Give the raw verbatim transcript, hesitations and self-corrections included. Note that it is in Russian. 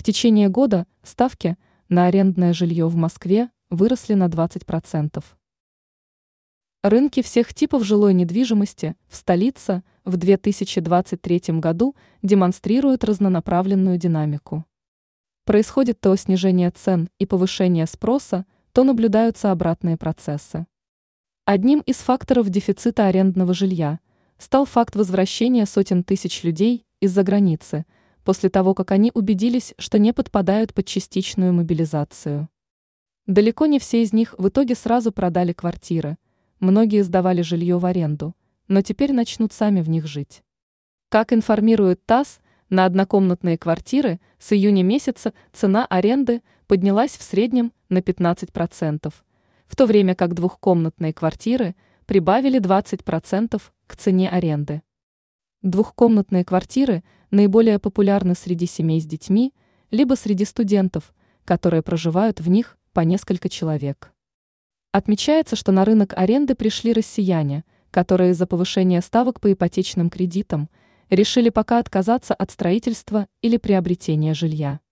течение года ставки на арендное жилье в Москве выросли на двадцать процентов. Рынки всех типов жилой недвижимости в столице в две тысячи двадцать третьем году демонстрируют разнонаправленную динамику. Происходит то снижение цен и повышение спроса, то наблюдаются обратные процессы. Одним из факторов дефицита арендного жилья стал факт возвращения сотен тысяч людей из-за границы, после того, как они убедились, что не подпадают под частичную мобилизацию. Далеко не все из них в итоге сразу продали квартиры, многие сдавали жилье в аренду, но теперь начнут сами в них жить. Как информирует ТАСС, на однокомнатные квартиры с июня месяца цена аренды поднялась в среднем на пятнадцать процентов, в то время как двухкомнатные квартиры прибавили двадцать процентов к цене аренды. Двухкомнатные квартиры наиболее популярны среди семей с детьми, либо среди студентов, которые проживают в них по несколько человек. Отмечается, что на рынок аренды пришли россияне, которые из-за повышения ставок по ипотечным кредитам решили пока отказаться от строительства или приобретения жилья.